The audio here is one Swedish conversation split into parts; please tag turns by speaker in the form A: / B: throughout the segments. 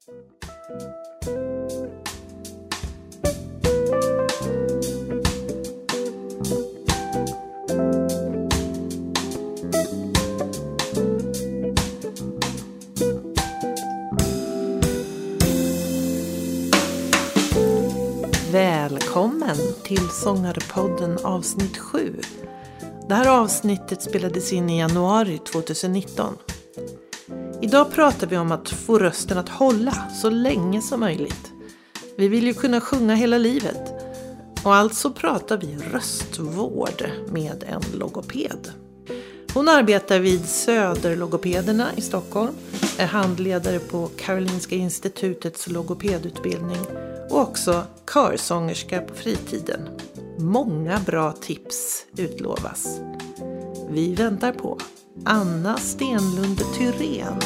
A: Välkommen till Sångarpodden avsnitt 7. Det här avsnittet spelades in i januari 2019. Idag pratar vi om att få rösten att hålla så länge som möjligt. Vi vill ju kunna sjunga hela livet. Och alltså pratar vi röstvård med en logoped. Hon arbetar vid Söderlogopederna i Stockholm, är handledare på Karolinska institutets logopedutbildning och också körsångerska på fritiden. Många bra tips utlovas. Vi väntar på Anna Stenlund Thyrén.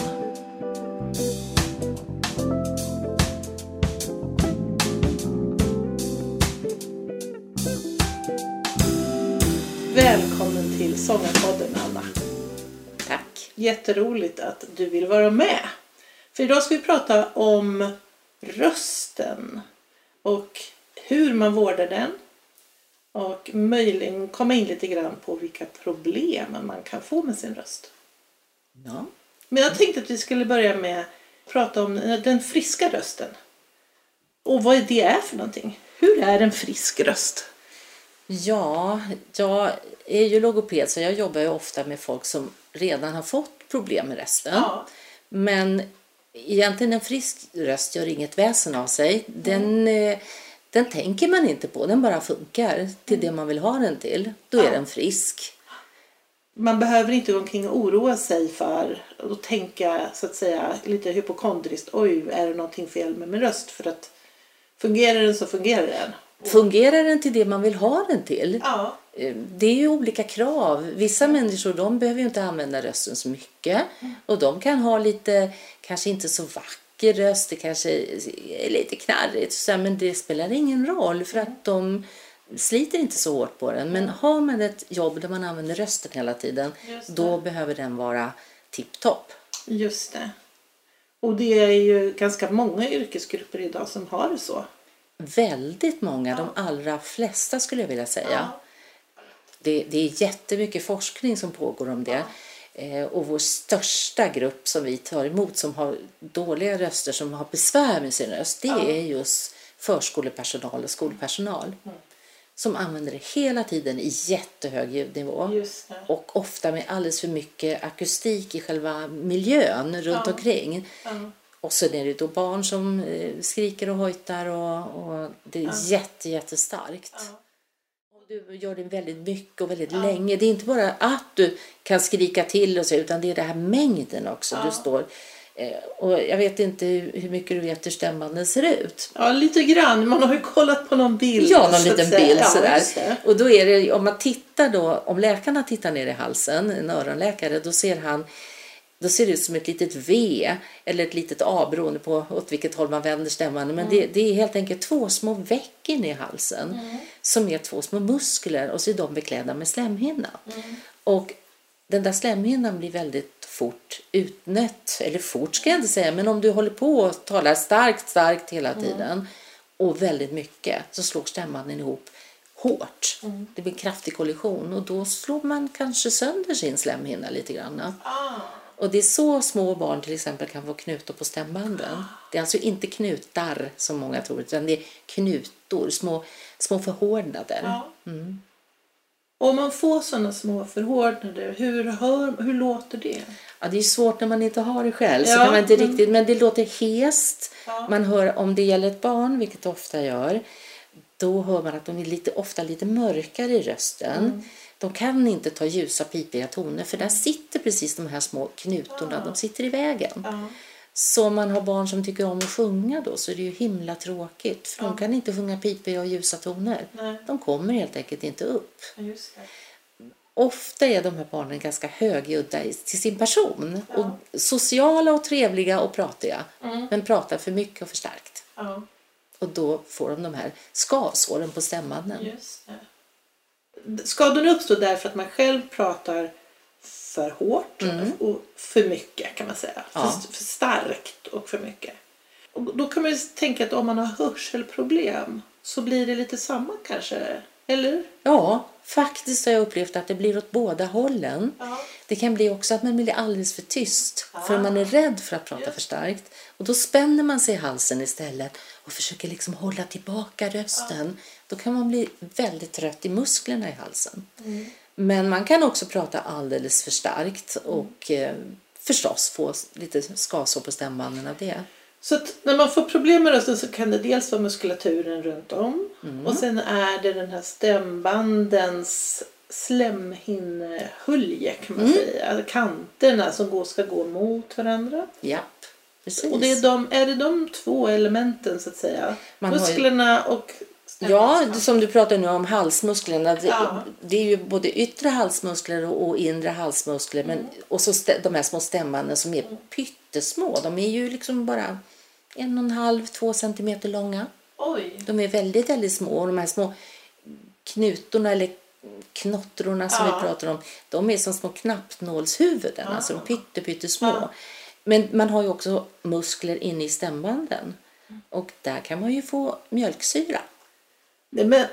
A: Välkommen till Sångarpodden, Anna.
B: Tack.
A: Jätteroligt att du vill vara med. För idag ska vi prata om rösten och hur man vårdar den. Och möjligen komma in lite grann på vilka problem man kan få med sin röst.
B: Ja.
A: Men jag tänkte att vi skulle börja med att prata om den friska rösten. Och vad det är för någonting. Hur är en frisk röst?
B: Ja, jag är ju logoped så jag jobbar ju ofta med folk som redan har fått problem med rösten.
A: Ja.
B: Men egentligen en frisk röst gör inget väsen av sig. Den tänker man inte på, den bara funkar till det man vill ha den till. Då är den frisk.
A: Man behöver inte gå omkring och oroa sig för och tänka så att säga lite hypokondriskt. Oj, är det någonting fel med min röst? För att fungerar den så fungerar den.
B: Fungerar den till det man vill ha den till?
A: Ja.
B: Det är ju olika krav. Vissa människor de behöver ju inte använda rösten så mycket. Och de kan ha lite, kanske inte så vacker röst. Det kanske är lite knarrigt. Men det spelar ingen roll för att de sliter inte så hårt på den. Men har man ett jobb där man använder rösten hela tiden. Då behöver den vara tipptopp.
A: Just det. Och det är ju ganska många yrkesgrupper idag som har det så.
B: Väldigt många, de allra flesta skulle jag vilja säga.
A: Ja.
B: Det är jättemycket forskning som pågår om det. Och vår största grupp som vi tar emot som har dåliga röster, som har besvär med sin röst, det är just förskolepersonal och skolpersonal. Som använder det hela tiden i jättehög ljudnivå.
A: Just det.
B: Och ofta med alldeles för mycket akustik i själva miljön runt omkring. Och så är det då barn som skriker och hojtar och det är jättestarkt. Och du gör det väldigt mycket och väldigt länge. Det är inte bara att du kan skrika till och så, utan det är det här mängden också. Du står. Och jag vet inte hur mycket du vet hur stämbanden ser ut.
A: Ja, lite grann. Man har ju kollat på någon bild.
B: Ja, någon liten bild sådär.
A: Ja,
B: och då är det, om man tittar då, om läkarna tittar ner i halsen, en öronläkare, då ser det ut som ett litet V eller ett litet A beroende på åt vilket håll man vänder stämman. Men det är helt enkelt två små veck in i halsen som är två små muskler och så är de beklädda med slemhinna. Och den där slemhinnan blir väldigt fort utnött. Eller fort ska jag inte säga, men om du håller på och talar starkt hela tiden och väldigt mycket så slår stämbanden ihop hårt. Det blir en kraftig kollision och då slår man kanske sönder sin slemhinna lite grann. Och det är så små barn till exempel kan få knutor på stämbanden. Det är alltså inte knutar som många tror, utan det är knutor, små förhårdnader.
A: Om man får sådana små förhårdnader, hur låter det?
B: Ja, det är svårt när man inte har det själv. Så kan man inte riktigt, men det låter hest. Man hör, om det gäller ett barn, vilket det ofta gör, då hör man att de är ofta lite mörkare i rösten. De kan inte ta ljusa pipiga toner, för där sitter precis de här små knutorna, de sitter i vägen. Så om man har barn som tycker om att sjunga då, så är det ju himla tråkigt. För de kan inte sjunga pipiga och ljusa toner.
A: Nej.
B: De kommer helt enkelt inte upp.
A: Just det.
B: Ofta är de här barnen ganska högljudda till sin person. Och sociala och trevliga och pratiga. Men pratar för mycket och för starkt. Och då får de här skavsåren på stämbanden.
A: Just det. Skadorna uppstår därför att man själv pratar för hårt och för mycket kan man säga. För starkt och för mycket. Och då kan man ju tänka att om man har hörselproblem så blir det lite samma kanske, eller?
B: Ja, faktiskt har jag upplevt att det blir åt båda hållen.
A: Ja.
B: Det kan bli också att man blir alldeles för tyst för man är rädd för att prata för starkt. Och då spänner man sig i halsen istället och försöker liksom hålla tillbaka rösten. Då kan man bli väldigt trött i musklerna i halsen. Men man kan också prata alldeles för starkt och förstås få lite skavsår på stämbanden av det.
A: Så att när man får problem med rösten så kan det dels vara muskulaturen runt om. Och sen är det den här stämbandens slemhinnehölje kan man säga. Kanterna som ska gå mot varandra.
B: Japp, precis.
A: Och det är det de två elementen så att säga. Musklerna och
B: ja, som du pratar nu om halsmusklerna. Det är ju både yttre halsmuskler och inre halsmuskler. Men, och så de här små stämbanden som är pyttesmå. De är ju liksom bara 1,5-2 centimeter långa.
A: Oj.
B: De är väldigt, väldigt små. Och de här små knutorna eller knottrorna som vi pratar om. De är som små knappnålshuvuden. Alltså de pyttesmå. Men man har ju också muskler inne i stämbanden. Och där kan man ju få mjölksyra.
A: Men,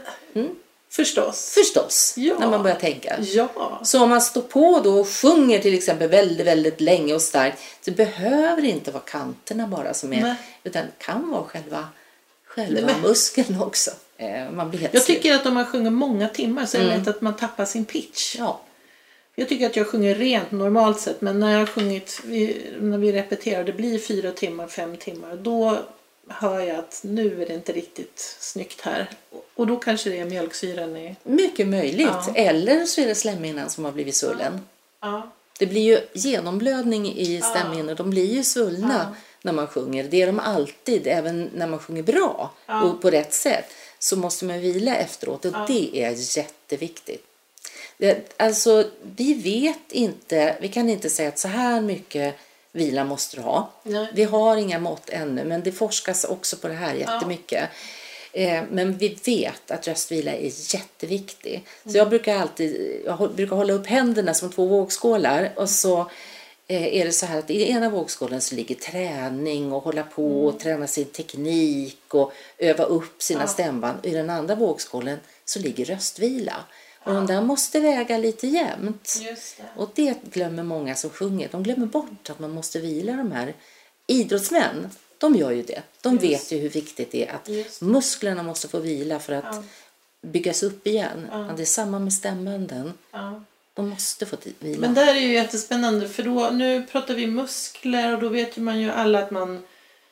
A: förstås.
B: Ja. När man börjar tänka.
A: Ja.
B: Så om man står på då och sjunger till exempel väldigt, väldigt länge och starkt. Så behöver det inte vara kanterna bara som är. Utan det kan vara själva muskeln också. Man blir helt
A: jag tycker att om man sjunger många timmar så är det lätt att man tappar sin pitch.
B: Ja.
A: Jag tycker att jag sjunger rent normalt sett. Men när jag har sjungit, när vi repeterar, det blir 4 timmar, 5 timmar. Då hör jag att nu är det inte riktigt snyggt här. Och då kanske det är mjölksyran i...
B: Mycket möjligt. Ja. Eller så är det slemhinnan som har blivit svullen. Ja. Det blir ju genomblödning i stämhinnan. De blir ju svullna när man sjunger. Det är de alltid, även när man sjunger bra och på rätt sätt. Så måste man vila efteråt och det är jätteviktigt. Alltså, vi vet inte, vi kan inte säga att så här mycket vila måste du ha. Nej. Vi har inga mått ännu, men det forskas också på det här jättemycket. Men vi vet att röstvila är jätteviktig. Så jag brukar hålla upp händerna som 2 vågskålar och så är det så här att i ena vågskålen så ligger träning och hålla på och träna sin teknik och öva upp sina stämband. I den andra vågskålen så ligger röstvila. Och de där måste väga lite jämnt.
A: Just det.
B: Och det glömmer många som sjunger. De glömmer bort att man måste vila de här. Idrottsmän, de gör ju det. De vet ju hur viktigt det är att musklerna måste få vila för att byggas upp igen. Det är samma med stämbanden. De måste få vila.
A: Men där är ju jättespännande för då, nu pratar vi muskler och då vet ju man ju alla att man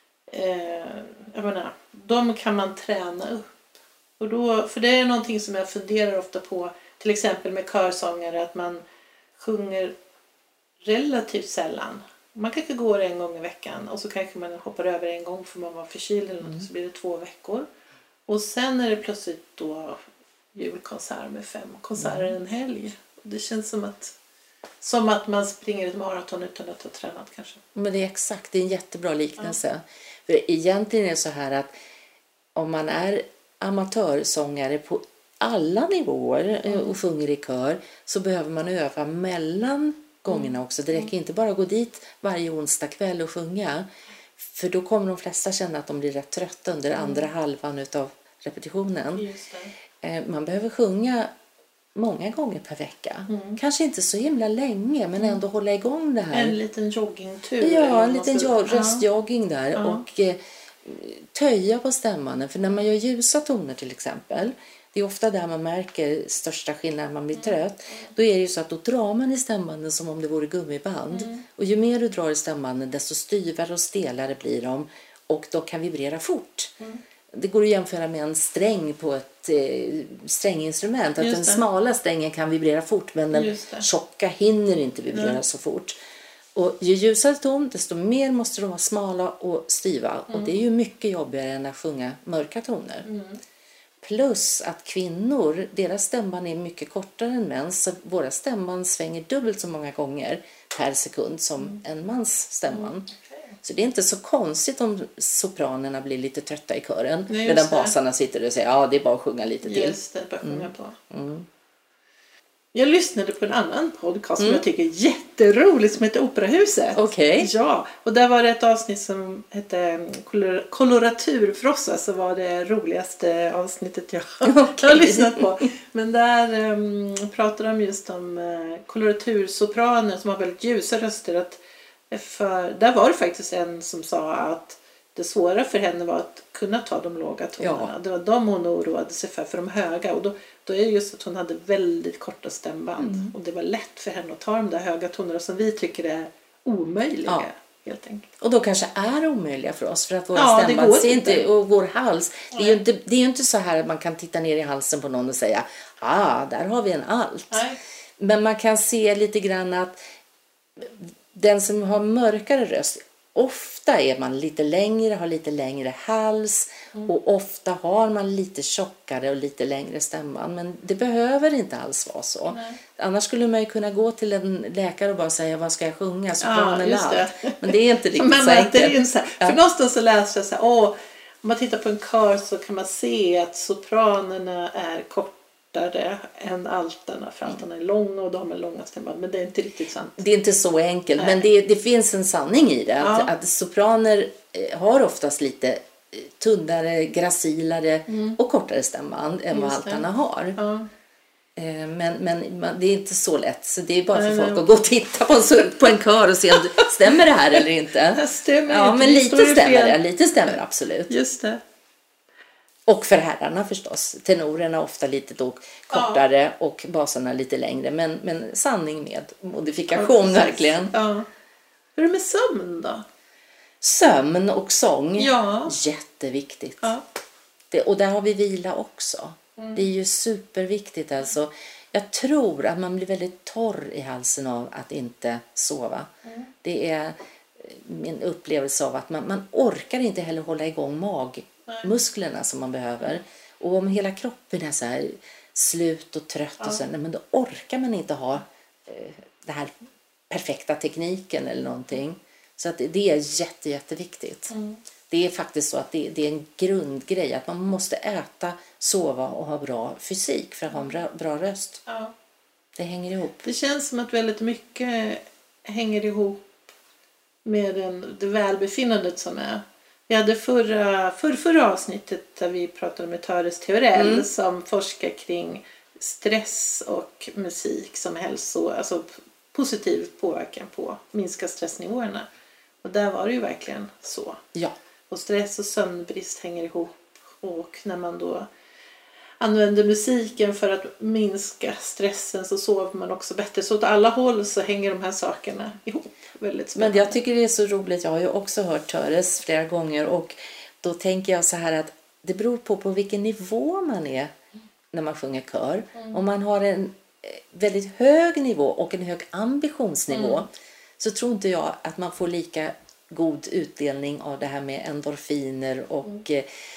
A: jag menar, de kan man träna upp. Och då, för det är någonting som jag funderar ofta på, till exempel med körsångare, att man sjunger relativt sällan. Man kanske går 1 gång i veckan och så kanske man hoppar över 1 gång för man var förkyld eller något, så blir det 2 veckor. Och sen är det plötsligt då julkonsert med 5 konserter en helg. Det känns som att man springer ett maraton utan att ha tränat kanske.
B: Men det är exakt, det är en jättebra liknelse. För egentligen är det så här att om man är amatörsångare på alla nivåer och sjunger i kör så behöver man öva mellan gångerna också. Det räcker inte bara att gå dit varje onsdag kväll och sjunga. För då kommer de flesta känna att de blir rätt trötta under andra halvan utav repetitionen.
A: Just det.
B: Man behöver sjunga många gånger per vecka. Kanske inte så himla länge men ändå hålla igång det här.
A: En liten joggingtur.
B: Ja, en liten röstjogging där och töja på stämbanden. För när man gör ljusa toner till exempel, det är ofta där man märker största skillnaden man blir trött. Då är det ju så att då drar man i stämbanden som om det vore gummiband. Och ju mer du drar i stämbanden desto styvare och stelare blir de. Och då kan vibrera fort. Det går att jämföra med en sträng på ett stränginstrument. Att den smala strängen kan vibrera fort men den tjocka hinner inte vibrera så fort. Och ju ljusare ton desto mer måste de vara smala och styva. Och det är ju mycket jobbigare än att sjunga mörka toner. Plus att kvinnor, deras stämband är mycket kortare än mäns. Så våra stämband svänger dubbelt så många gånger per sekund som en mans stämband. Så det är inte så konstigt om sopranerna blir lite trötta i kören. Medan basarna sitter och säger det är bara att sjunga lite till.
A: Just det, bara sjunga på. Jag lyssnade på en annan podcast som jag tycker är jätterolig som heter Operahuset.
B: Okej.
A: Ja, och där var det ett avsnitt som hette Koloraturfrossa, så var det roligaste avsnittet jag har lyssnat på. Men där pratade de just om koloratursopraner som har väldigt ljusa röster. Där var det faktiskt en som sa att det svåra för henne var att kunna ta de låga tonerna. Ja. Det var de hon oroade sig för de höga. Och då är det just att hon hade väldigt korta stämband. Och det var lätt för henne att ta de där höga tonerna som vi tycker är omöjliga. Ja. Helt enkelt.
B: Och då kanske är omöjliga för oss. För att våra stämband ser inte, och vår hals. Det är ju inte så här att man kan titta ner i halsen på någon och säga där har vi en alt. Nej. Men man kan se lite grann att den som har mörkare röst, ofta är man lite längre, har lite längre hals och ofta har man lite tjockare och lite längre stämband. Men det behöver inte alls vara så. Nej. Annars skulle man ju kunna gå till en läkare och bara säga, vad ska jag sjunga? Sopran eller allt. Men det är inte riktigt så enkelt.
A: För någonstans så läser jag så här, om man tittar på en kör så kan man se att sopranerna är kortare än altarna, för altarna är långa och de är långa stämband, men det är inte riktigt sant.
B: Det är inte så enkelt. Nej. Men det finns en sanning i det, att sopraner har oftast lite tunnare, gracilare och kortare stämband än vad altarna har. Ja. Men det är inte så lätt, så det är bara för folk att gå och titta på en kör och se om det stämmer det här eller inte.
A: Det stämmer
B: inte. Men lite stämmer absolut.
A: Just det.
B: Och för herrarna förstås. Tenorerna ofta lite då kortare och basarna lite längre. Men sanning med modifikation verkligen. Ja.
A: Hur är det med sömn då?
B: Sömn och sång. Ja. Jätteviktigt. Ja. Och där har vi vila också. Det är ju superviktigt alltså. Jag tror att man blir väldigt torr i halsen av att inte sova. Det är min upplevelse av att man orkar inte heller hålla igång magmusklerna som man behöver. Och om hela kroppen är så här slut och trött och så, men då orkar man inte ha det här perfekta tekniken eller någonting. Så att det är jätteviktigt. Det är faktiskt så att det är en grundgrej att man måste äta, sova och ha bra fysik för att ha en bra röst. Ja. Det hänger ihop.
A: Det känns som att väldigt mycket hänger ihop med det välbefinnandet som är. Vi hade förra avsnittet där vi pratade med Töres Theorell som forskar kring stress och musik som alltså positiv påverkan på minska stressnivåerna. Och där var det ju verkligen så. Ja. Och stress och sömnbrist hänger ihop. Och när man då använder musiken för att minska stressen så sover man också bättre. Så åt alla håll så hänger de här sakerna ihop. Väldigt spännande.
B: Men jag tycker det är så roligt. Jag har ju också hört Töres flera gånger. Och då tänker jag så här att det beror på vilken nivå man är när man sjunger kör. Om man har en väldigt hög nivå och en hög ambitionsnivå så tror inte jag att man får lika god utdelning av det här med endorfiner och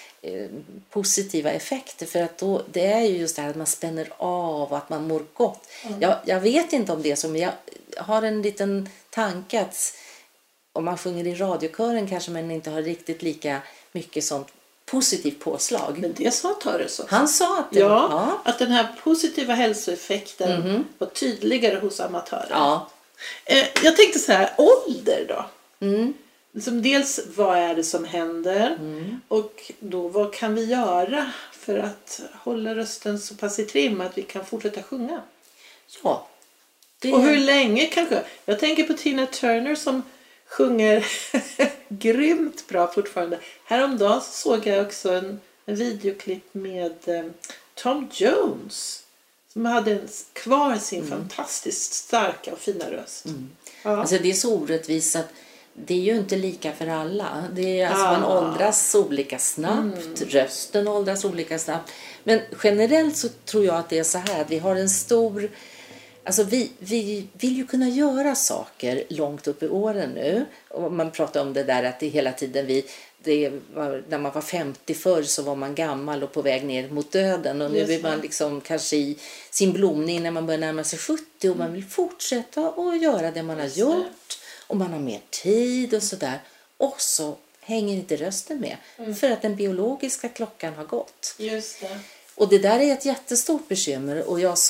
B: positiva effekter. För att då, det är ju just det här att man spänner av och att man mår gott. Jag vet inte om det som jag har en liten tanke att om man sjunger i radiokören kanske man inte har riktigt lika mycket sånt positivt påslag.
A: Men det sa Töres också.
B: Han sa att
A: att den här positiva hälsoeffekten var tydligare hos amatörer. Ja. Jag tänkte så här, ålder då? Som dels vad är det som händer och då vad kan vi göra för att hålla rösten så pass i trim att vi kan fortsätta sjunga?
B: Ja.
A: Och hur länge kanske? Jag tänker på Tina Turner som sjunger grymt bra fortfarande. Häromdagen så såg jag också en videoklipp med Tom Jones som hade kvar sin fantastiskt starka och fina röst.
B: Ja. Alltså det är så orättvist att det är ju inte lika för alla. Det är alltså man åldras olika snabbt. Rösten åldras olika snabbt. Men generellt så tror jag att det är så här att vi har en stor... Alltså vi vill ju kunna göra saker långt upp i åren nu. Och man pratar om det där att det hela tiden när man var 50 förr så var man gammal och på väg ner mot döden. Och nu är man liksom kanske i sin blomning när man börjar närma sig 70 och man vill fortsätta och göra det man har gjort. Och man har mer tid och sådär. Och så hänger inte rösten med. För att den biologiska klockan har gått.
A: Just det.
B: Och det där är ett jättestort bekymmer. Och jag som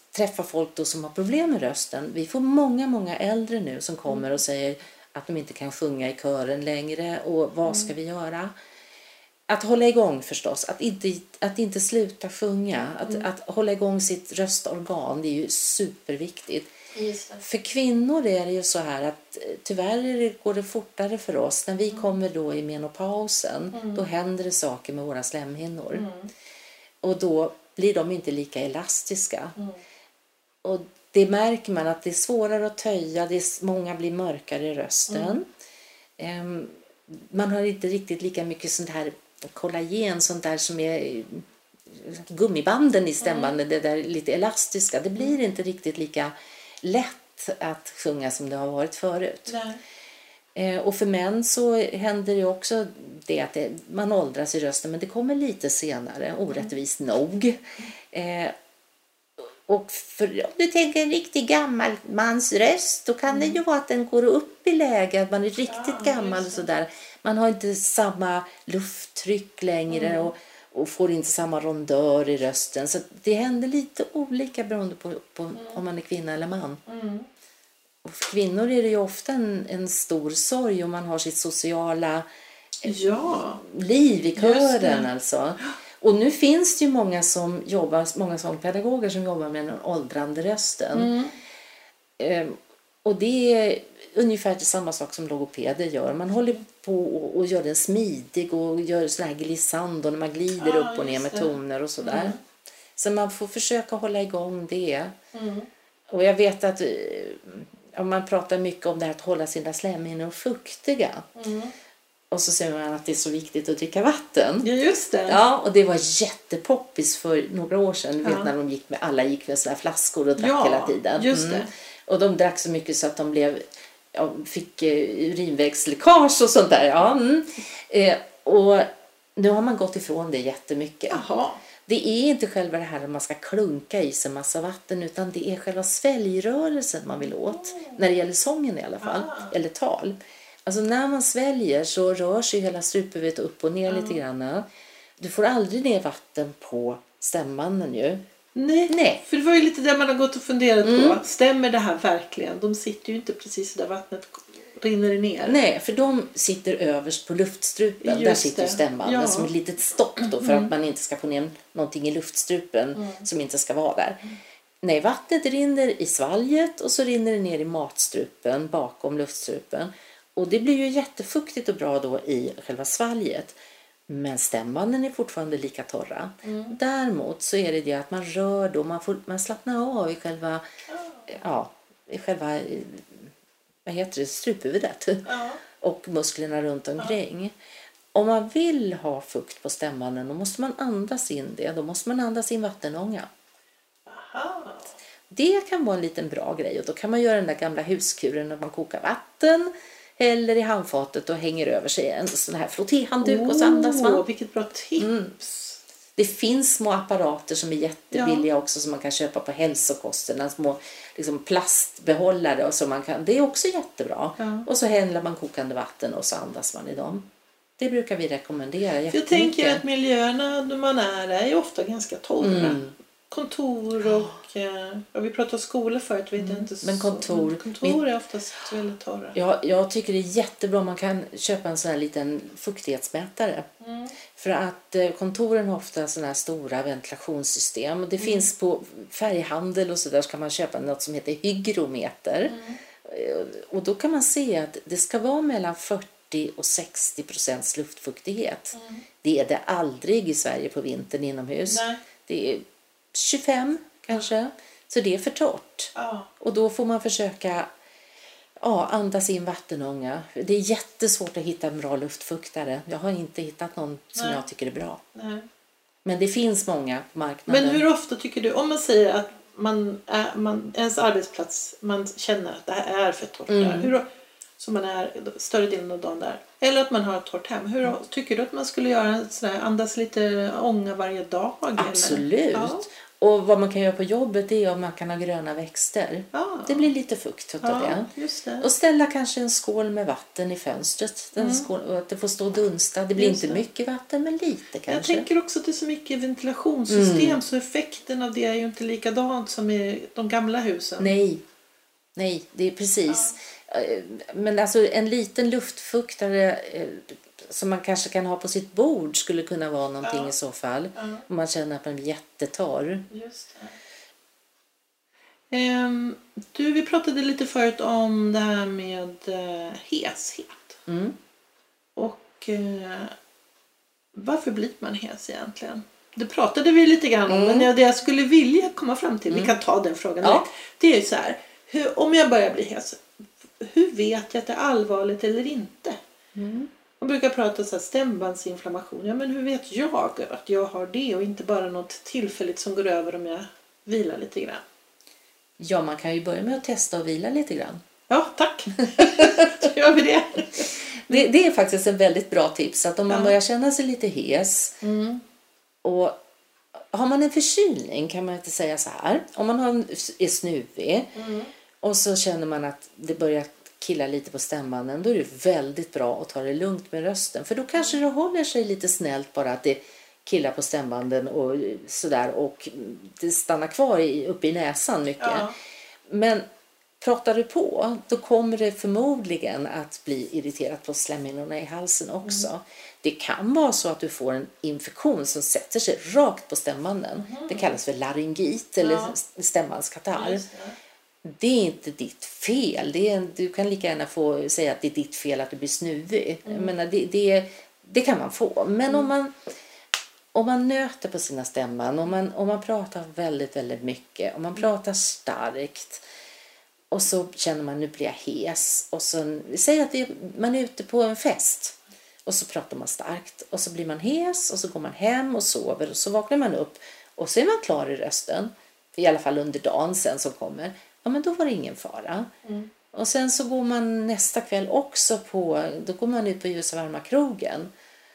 B: träffar folk då som har problem med rösten. Vi får många äldre nu som kommer och säger att de inte kan sjunga i kören längre. Och vad ska vi göra? Att hålla igång förstås. Att inte sluta sjunga. Att hålla igång sitt röstorgan. Det är ju superviktigt. För kvinnor är det ju så här att tyvärr går det fortare för oss. När vi kommer då i menopausen. Då händer det saker med våra slemhinnor. Och då blir de inte lika elastiska. Och det märker man att det är svårare att töja. Många blir mörkare i rösten. Man har inte riktigt lika mycket sånt här kollagen, sånt där som är gummibanden i stämbanden, det där lite elastiska. Det blir inte riktigt lika lätt att sjunga som det har varit förut. Och för män så händer det också det att man åldras i rösten, men det kommer lite senare, orättvist nog. Och om du tänker en riktigt gammal mans röst, då kan det ju vara att den går upp i läge, att man är riktigt gammal och sådär. Man har inte samma lufttryck längre och får inte samma rondör i rösten. Så det händer lite olika beroende på om man är kvinna eller man. Och för kvinnor är det ju ofta en stor sorg om man har sitt sociala liv i kören alltså. Och nu finns det ju många sångpedagoger som jobbar med den åldrande rösten. Och det är ungefär samma sak som logopeder gör. Man håller på och gör den smidig och gör sån här glissando när man glider upp och ner med toner och sådär. Så man får försöka hålla igång det. Och jag vet att om man pratar mycket om det här att hålla sina slemhinnor fuktiga. Och så säger man att det är så viktigt att dricka vatten.
A: Ja, just det.
B: Ja, och det var jättepoppis för några år sedan. Du vet när alla gick med såna här flaskor och drack hela tiden.
A: Just det.
B: Och de drack så mycket så att de fick urinvägsläckage och sånt där. Och nu har man gått ifrån det jättemycket.
A: Jaha.
B: Det är inte själva det här att man ska klunka i sig massa vatten, utan det är själva sväljrörelsen man vill åt. När det gäller sången i alla fall, eller tal. Alltså när man sväljer så rör sig hela struphuvudet upp och ner lite grann. Du får aldrig ner vatten på stämbanden ju.
A: Nej, för det var ju lite det man har gått och funderat på. Stämmer det här verkligen? De sitter ju inte precis där vattnet rinner ner.
B: Nej, för de sitter överst på luftstrupen. Där sitter ju stämbanden som ett litet stopp då, för att man inte ska få ner någonting i luftstrupen som inte ska vara där. Nej, vattnet rinner i svalget och så rinner det ner i matstrupen bakom luftstrupen. Och det blir ju jättefuktigt och bra då i själva svalget. Men stämbanden är fortfarande lika torra. Däremot så är det att man rör då, man slappnar av i själva vad heter det, struphuvudet och musklerna runt omkring. Om man vill ha fukt på stämbanden, då måste man andas in det. Då måste man andas in vattenånga. Det kan vara en liten bra grej, och då kan man göra den där gamla huskuren när man kokar vatten eller i handfatet och hänger över sig en sån här frottéhandduk och så andas man.
A: Vilket bra tips!
B: Det finns små apparater som är jättebilliga också, som man kan köpa på hälsokosterna, små liksom plastbehållare och så man kan. Det är också jättebra. Och så häller man kokande vatten och så andas man i dem. Det brukar vi rekommendera jättemycket.
A: Jag tänker att miljöerna där man är ofta ganska torra. Kontor och vi pratade skolor förut, vet jag inte.
B: Men kontor
A: är oftast väldigt torra.
B: Jag tycker det är jättebra, man kan köpa en sån här liten fuktighetsmätare. För att kontoren har ofta såna här stora ventilationssystem. Det finns på färghandel och så där, så kan man köpa något som heter hygrometer. Och då kan man se att det ska vara mellan 40 och 60% luftfuktighet. Det är det aldrig i Sverige på vintern inomhus.
A: Nej.
B: Det är 25 kanske. Så det är för torrt. Och då får man försöka andas in vattenånga. Det är jättesvårt att hitta en bra luftfuktare. Jag har inte hittat någon som jag tycker är bra.
A: Nej.
B: Men det finns många på marknaden.
A: Men hur ofta tycker du, om man säger att ens arbetsplats, man känner att det här är för torrt där. Så man är större delen av dagen där. Eller att man har ett torrt hem. Hur tycker du att man skulle göra en sån här, andas lite ånga varje dag?
B: Absolut.
A: Eller?
B: Och vad man kan göra på jobbet är att man kan ha gröna växter.
A: Ja.
B: Det blir lite fukt av det.
A: Just det.
B: Och ställa kanske en skål med vatten i fönstret. Och att det får stå och dunsta. Det blir
A: Just
B: inte
A: det.
B: mycket vatten, men lite kanske.
A: Jag tänker också att det är så mycket ventilationssystem så effekten av det är ju inte likadant som i de gamla husen.
B: Nej, det är precis. Men alltså en liten luftfuktare som man kanske kan ha på sitt bord skulle kunna vara någonting i så fall. Om man känner att man blir jättetorr.
A: Just det. Vi pratade lite förut om det här med heshet. Och varför blir man hes egentligen? Det pratade vi lite grann om, men det jag skulle vilja komma fram till, vi kan ta den frågan direkt. Det är ju så här, om jag börjar bli hes, hur vet jag att det är allvarligt eller inte? Man brukar prata så här stämbandsinflammation. Ja, men hur vet jag att jag har det och inte bara något tillfälligt som går över om jag vilar lite grann?
B: Ja, man kan ju börja med att testa och vila lite grann.
A: Ja, tack. Så gör vi det.
B: Det är faktiskt en väldigt bra tips. Att om man börjar känna sig lite hes och har man en förkylning kan man inte säga så här. Om man är snuvig och så känner man att det börjar killa lite på stämbanden, då är det väldigt bra att ta det lugnt med rösten. För då kanske det håller sig lite snällt bara att det killar på stämbanden och sådär, och det stannar kvar uppe i näsan mycket. Ja. Men pratar du på, då kommer det förmodligen att bli irriterat på slemhinnorna i halsen också. Det kan vara så att du får en infektion som sätter sig rakt på stämbanden. Det kallas för laryngit eller stämbandskatarr. Det är inte ditt fel. Du kan lika gärna få säga att det är ditt fel att du blir snuvig. Jag menar, det kan man få. Men om man nöter på sina stämband, om man pratar väldigt, väldigt mycket, om man pratar starkt och så känner man nu blir jag hes. Och så säg att man är ute på en fest och så pratar man starkt och så blir man hes och så går man hem och sover och så vaknar man upp och så är man klar i rösten. I alla fall under dagen sen som kommer. Ja, men då var det ingen fara. Och sen så går man nästa kväll också då går man ut på ljusa varma krogen.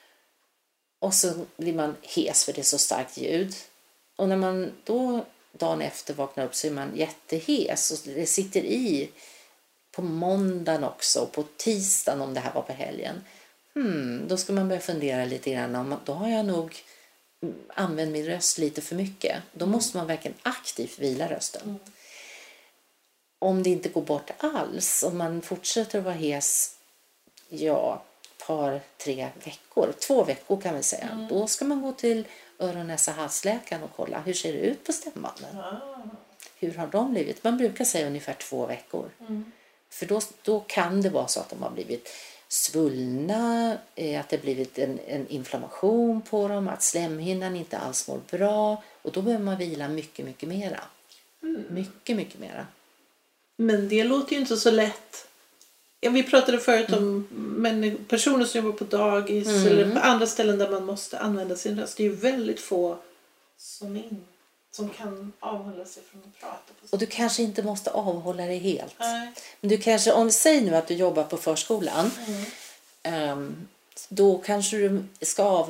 B: Och så blir man hes för det är så starkt ljud. Och när man då dagen efter vaknar upp så är man jättehes. Och det sitter i på måndagen också och på tisdagen om det här var på helgen. Då ska man börja fundera lite grann. Då har jag nog använt min röst lite för mycket. Då måste man verkligen aktivt vila rösten. Om det inte går bort alls, om man fortsätter att vara hes, par, 3 veckor, 2 veckor kan vi säga. Då ska man gå till öron-, näsa-, halsläkaren och kolla hur ser det ut på stämbanden. Hur har de blivit? Man brukar säga ungefär 2 veckor. För då kan det vara så att de har blivit svullna, att det har blivit en inflammation på dem, att slemhinnan inte alls mår bra. Och då behöver man vila mycket, mycket mera. Mycket, mycket mera.
A: Men det låter ju inte så lätt. Ja, vi pratade förut om personer som jobbar på dagis eller på andra ställen där man måste använda sin röst. Det är ju väldigt få som kan avhålla sig från att prata.
B: Och du kanske inte måste avhålla dig helt.
A: Nej.
B: Men du kanske, om vi säger nu att du jobbar på förskolan, då kanske du ska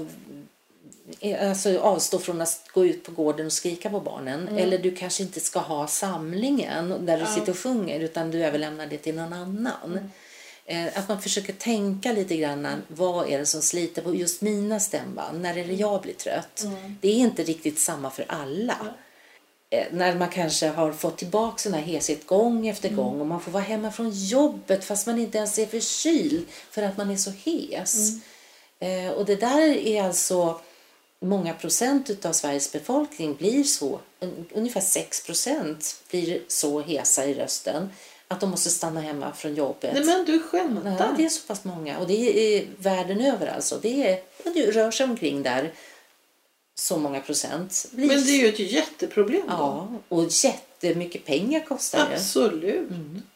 B: avstå från att gå ut på gården och skrika på barnen. Eller du kanske inte ska ha samlingen där du sitter och sjunger, utan du överlämnar det till någon annan. Att man försöker tänka lite grann, vad är det som sliter på just mina stämband? När är det jag blir trött? Det är inte riktigt samma för alla. När man kanske har fått tillbaka sån här heshet gång efter gång och man får vara hemma från jobbet fast man inte ens är förkyld för att man är så hes. Och det där är alltså många procent av Sveriges befolkning blir så, ungefär 6% blir så hesa i rösten att de måste stanna hemma från jobbet.
A: Nej, men du skämtar.
B: Ja, det är så pass många och det är världen över alltså. Det rör sig omkring där så många procent.
A: Men det är ju ett jätteproblem då.
B: Ja, och jättemycket pengar kostar det.
A: Absolut.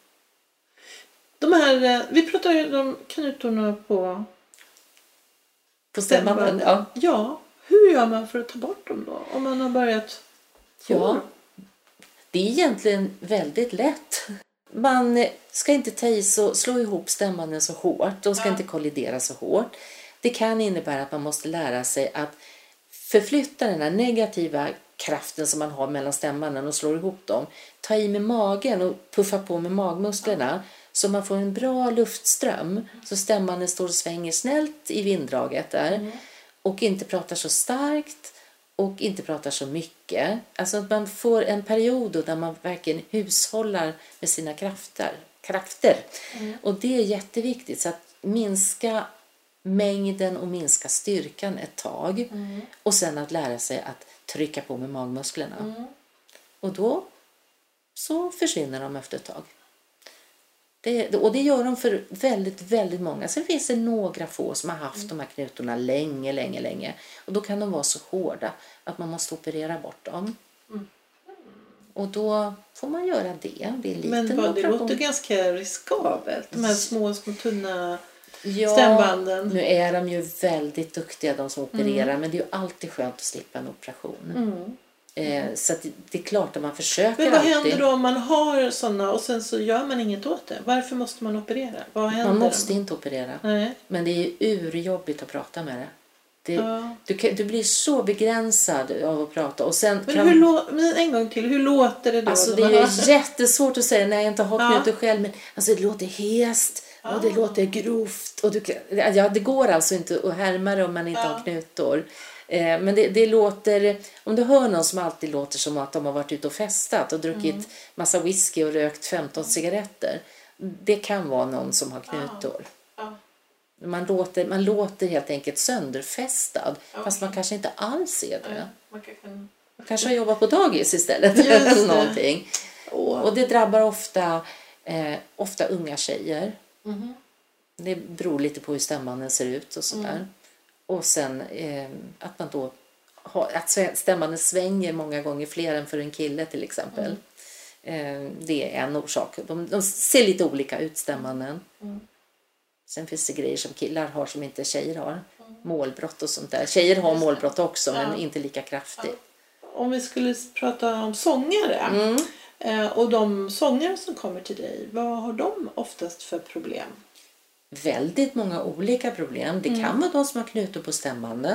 A: De här, vi pratar ju om knutorna på
B: stämbanden.
A: Ja, hur gör man för att ta bort dem då? Om man har börjat
B: det är egentligen väldigt lätt. Man ska inte ta i så slå ihop stämbanden så hårt. De ska inte kollidera så hårt. Det kan innebära att man måste lära sig att förflytta den här negativa kraften som man har mellan stämbanden och slår ihop dem. Ta i med magen och puffa på med magmusklerna så man får en bra luftström. Så stämbanden står och svänger snällt i vinddraget där. Och inte pratar så starkt och inte pratar så mycket. Alltså att man får en period där man verkligen hushållar med sina krafter. Och det är jätteviktigt, så att minska mängden och minska styrkan ett tag. Och sen att lära sig att trycka på med magmusklerna. Och då så försvinner de efter ett tag. Och det gör de för väldigt, väldigt många. Sen finns det några få som har haft de här knutorna länge. Och då kan de vara så hårda att man måste operera bort dem. Och då får man göra det. Det är en liten
A: Men det låter ganska riskabelt. De här små tunna stämbanden.
B: Nu är de ju väldigt duktiga de som opererar. Men det är ju alltid skönt att slippa en operation. Så att det är klart att man försöker.
A: Men vad händer då om man har sådana och sen så gör man inget åt det? Varför måste man operera? Vad händer?
B: Man måste inte operera.
A: Nej.
B: Men det är ju urjobbigt att prata med det. Du blir så begränsad av att prata. Och sen
A: men en gång till, hur låter det då?
B: Alltså det är ju jättesvårt att säga när jag inte har knutor själv. Men alltså det låter hest och det låter grovt. Och det går alltså inte att härma det om man inte har knutor. Men det låter, om du hör någon som alltid låter som att de har varit ute och festat och druckit massa whisky och rökt 15 cigaretter. Det kan vara någon som har knutor. Man låter helt enkelt sönderfestad. Fast man kanske inte alls är det. Man kanske har jobbat på dagis istället. Eller någonting. Och det drabbar ofta unga tjejer. Det beror lite på hur stämbanden ser ut och sådär. Och sen att man då att stämbanden svänger många gånger fler än för en kille till exempel. Det är en orsak. De ser lite olika ut, stämbanden. Sen finns det grejer som killar har som inte tjejer har. Målbrott och sånt där. Tjejer har målbrott också men inte lika kraftigt.
A: Om vi skulle prata om sångare och de sångare som kommer till dig, vad har de oftast för problem?
B: Väldigt många olika problem. Det kan vara de som har knutor på stämbanden.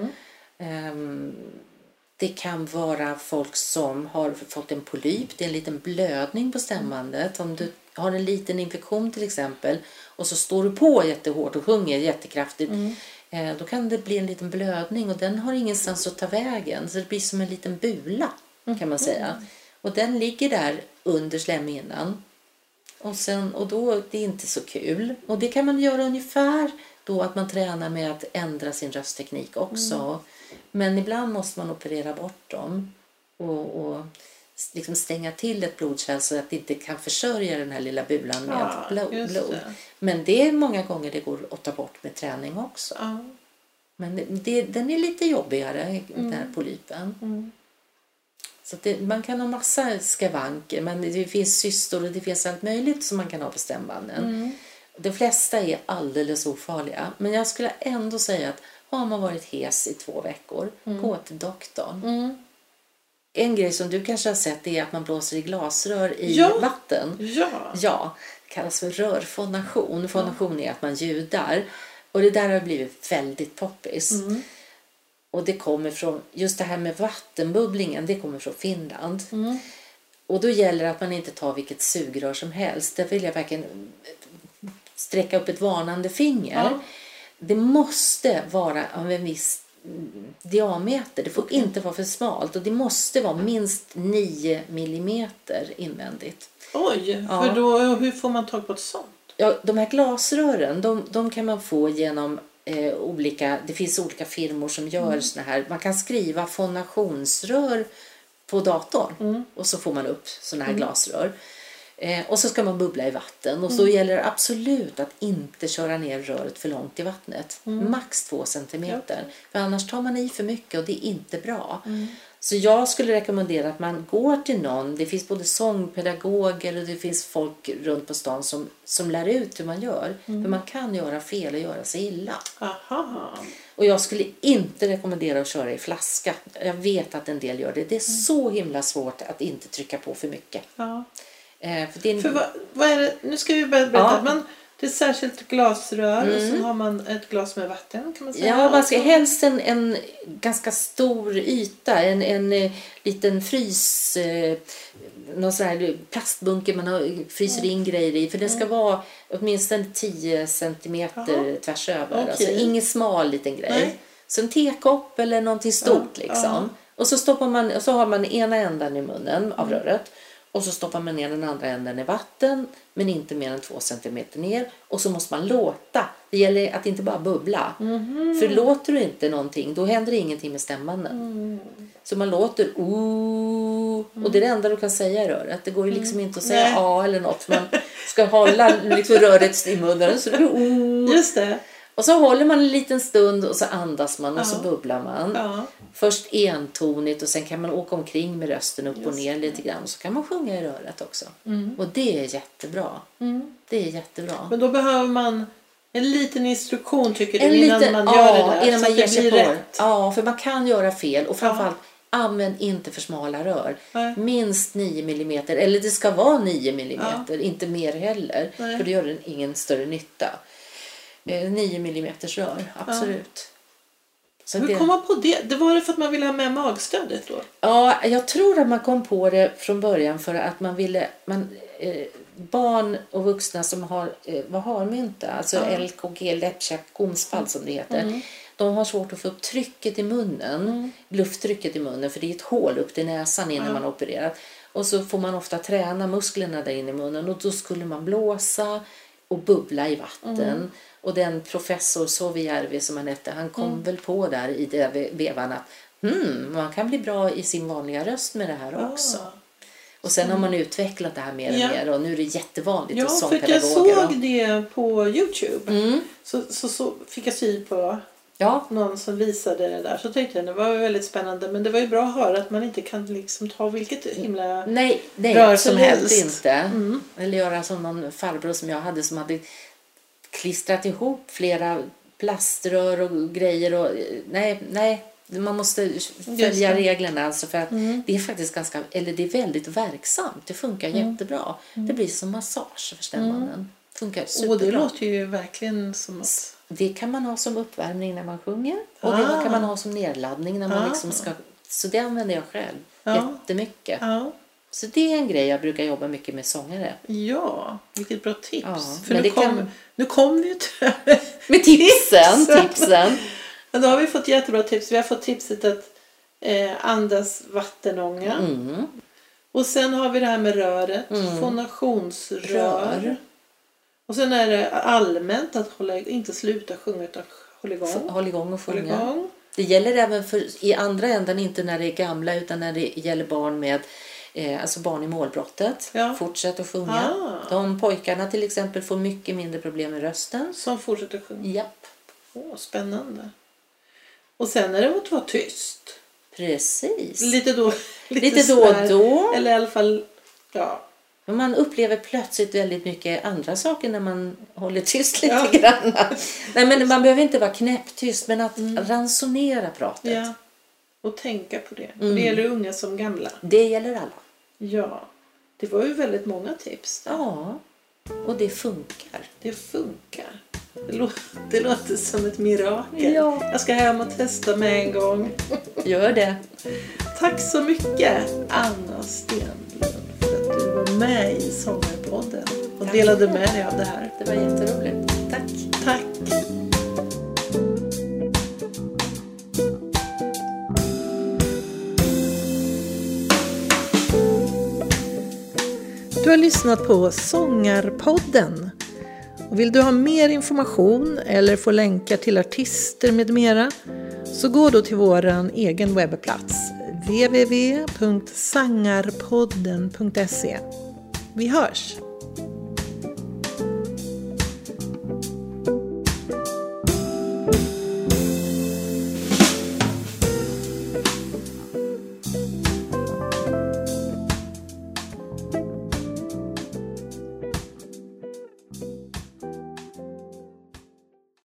B: Det kan vara folk som har fått en polyp. Det är en liten blödning på stämbandet. Om du har en liten infektion till exempel och så står du på jättehårt och sjunger jättekraftigt. Då kan det bli en liten blödning och den har ingenstans att ta vägen. Så det blir som en liten bula kan man säga. Och den ligger där under slemhinnan. Och då det är inte så kul. Och det kan man göra ungefär då att man tränar med att ändra sin röstteknik också. Men ibland måste man operera bort dem. Och liksom stänga till ett blodkärl så att det inte kan försörja den här lilla bulan med blod. Men det är många gånger det går att ta bort med träning också. Men den är lite jobbigare, den här polypen. Så man kan ha massa skavanker, men det finns cystor och det finns allt möjligt som man kan ha på stämbanden. De flesta är alldeles ofarliga, men jag skulle ändå säga att har man varit hes i 2 veckor, gå till doktorn. En grej som du kanske har sett är att man blåser i glasrör i vatten. Ja, det kallas för rörfonation. Fonation är att man ljudar. Och det där har blivit väldigt poppis. Och det kommer från, just det här med vattenbubblingen, det kommer från Finland. Och då gäller det att man inte tar vilket sugrör som helst. Där vill jag verkligen sträcka upp ett varnande finger. Det måste vara av en viss diameter. Det får inte vara för smalt. Och det måste vara minst 9 millimeter invändigt.
A: Oj, för då, hur får man tag på ett sånt?
B: Ja, de här glasrören, de kan man få genom det finns olika firmor som gör såna här. Man kan skriva fonationsrör på datorn. Och så får man upp såna här glasrör. Och så ska man bubbla i vatten. Och så gäller det absolut att inte köra ner röret för långt i vattnet. Max 2 centimeter. För annars tar man i för mycket och det är inte bra. Så jag skulle rekommendera att man går till någon. Det finns både sångpedagoger och det finns folk runt på stan som lär ut hur man gör. För man kan göra fel och göra sig illa. Och jag skulle inte rekommendera att köra i flaska. Jag vet att en del gör det. Det är så himla svårt att inte trycka på för mycket.
A: För vad är det? Nu ska vi börja berätta. Det är ett särskilt glasrör och så har man ett glas med vatten, kan man säga.
B: Ja, man ska helst en ganska stor yta, en liten frys, någon sån här plastbunke man fryser in grejer i. För den ska vara åtminstone 10 centimeter tvärs över. Alltså ingen smal liten grej. Nej. Så en tekopp eller någonting stort liksom. Och så stoppar man, och så har man ena änden i munnen av röret. Och så stoppar man ner den andra änden i vatten, men inte mer än 2 centimeter ner. Och så måste man låta. Det gäller att inte bara bubbla. För låter du inte någonting, då händer ingenting med stämbanden. Så man låter och det är det enda du kan säga i röret. Det går ju liksom inte att säga a eller något. Man ska hålla liksom röret i munnen. Så det blir
A: Just det.
B: Och så håller man en liten stund och så andas man och så bubblar man. Först entonigt och sen kan man åka omkring med rösten upp och ner lite grann. Och så kan man sjunga i röret också. Och det är jättebra. Det är jättebra.
A: Men då behöver man en liten instruktion, tycker du, innan man gör det där.
B: Innan man ger sig på
A: rätt.
B: Ja, för man kan göra fel. Och framförallt, använd inte för smala rör. Minst 9 mm. Eller det ska vara 9 mm. Inte mer heller. För det gör den ingen större nytta. 9 mm rör, absolut. Så
A: hur kom man på det? Det var det för att man ville ha med magstödet då?
B: Ja, jag tror att man kom på det från början för att man ville... barn och vuxna som har mynta, alltså LKG, läppkäkkomsfall som det heter, de har svårt att få upp trycket i munnen, lufttrycket i munnen, för det är ett hål upp till näsan innan man har opererat. Och så får man ofta träna musklerna där inne i munnen, och då skulle man blåsa och bubbla i vatten. Och den professor Sovijärvi som han hette, han kom väl på där i det vevan att man kan bli bra i sin vanliga röst med det här också. Och sen har man utvecklat det här mer och mer, och nu är det jättevanligt hos sångpedagoger.
A: För jag såg det på YouTube. Så fick jag syn på någon som visade det där. Så tänkte jag, det var väldigt spännande. Men det var ju bra att höra att man inte kan liksom ta vilket himla rör som helst.
B: Inte. Eller göra som någon farbror som jag hade, som hade klistrat ihop flera plaströr och grejer. Och, nej. Man måste följa reglerna, alltså, för att det är faktiskt det är väldigt verksamt. Det funkar jättebra. Det blir som massage för stämbanden. Funkar superbra.
A: Och det låter ju verkligen som att...
B: Det kan man ha som uppvärmning när man sjunger. Och det kan man ha som nedladdning när man liksom ska... Så det använder jag själv jättemycket. Så det är en grej jag brukar jobba mycket med sångare.
A: Ja, vilket bra tips. För
B: men
A: nu kom vi ju till
B: med tipsen.
A: Men då har vi fått jättebra tips. Vi har fått tipset att andas vattenånga. Och sen har vi det här med röret. Fonationsrör. Och sen är det allmänt att inte sluta sjunga utan hålla igång
B: och sjunga. Det gäller även i andra änden, inte när det är gamla, utan när det gäller barn med alltså barn i målbrottet. Fortsätt att sjunga. De pojkarna till exempel får mycket mindre problem med rösten.
A: Som fortsätter att sjunga.
B: Japp.
A: Spännande. Och sen är det att vara tyst.
B: Precis.
A: Lite då
B: och då.
A: Eller i alla fall,
B: Men man upplever plötsligt väldigt mycket andra saker när man håller tyst lite grann. Nej, men man behöver inte vara knäpptyst, men att ransonera pratet.
A: Ja. Och tänka på det. Det gäller unga som gamla.
B: Det gäller alla.
A: Ja. Det var ju väldigt många tips.
B: Ja. Och det funkar.
A: Det funkar. Det låter som ett mirakel. Ja. Jag ska hem och testa med en gång.
B: Gör det.
A: Tack så mycket, Anna Stenlund, för att du var med i Sångarpodden och delade med dig av det här.
B: Det var jätteroligt. Tack.
A: Du har lyssnat på Sångarpodden. Och vill du ha mer information eller få länkar till artister med mera, så gå då till våran egen webbplats www.sangarpodden.se. Vi hörs!